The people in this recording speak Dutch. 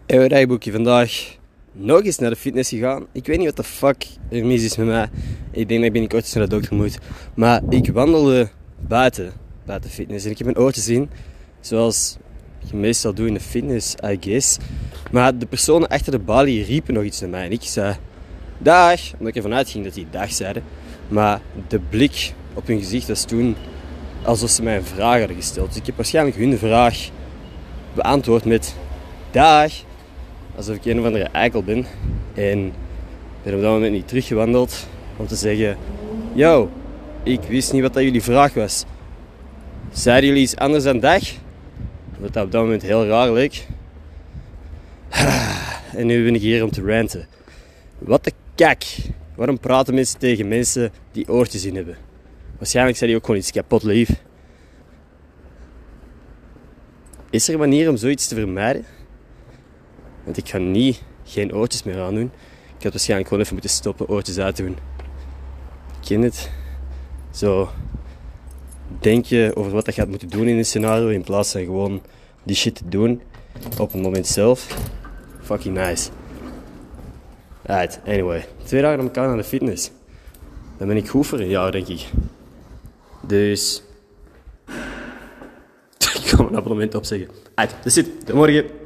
Hey, rijboekje, vandaag nog eens naar de fitness gegaan. Ik weet niet wat de fuck er mis is met mij. Ik denk dat ik binnenkort eens naar de dokter moet. Maar ik wandelde buiten de fitness en ik heb mijn oortjes in. Zoals je meestal doet in de fitness, I guess. Maar de personen achter de balie riepen nog iets naar mij. En ik zei dag, omdat ik ervan uitging dat die dag zeiden. Maar de blik op hun gezicht was toen alsof ze mij een vraag hadden gesteld. Dus ik heb waarschijnlijk hun vraag beantwoord met dag. Alsof ik een of andere eikel ben. En ben op dat moment niet teruggewandeld om te zeggen: yo, ik wist niet wat dat jullie vraag was. Zeiden jullie iets anders dan dag? Omdat dat op dat moment heel raar leek. En nu ben ik hier om te ranten. Wat de kak. Waarom praten mensen tegen mensen die oortjes in hebben? Waarschijnlijk zijn die ook gewoon iets kapot lief. Is er een manier om zoiets te vermijden? Want ik ga geen oortjes meer aandoen. Ik had waarschijnlijk gewoon even moeten stoppen, oortjes uit te doen. Ik ken het. Zo denk je over wat je gaat moeten doen in een scenario in plaats van gewoon die shit te doen op het moment zelf. Fucking nice. Right, anyway. 2 dagen aan elkaar naar de fitness. Dan ben ik goed voor een jaar, denk ik. Dus ik ga mijn abonnement opzeggen. Right, that's it. Tot morgen.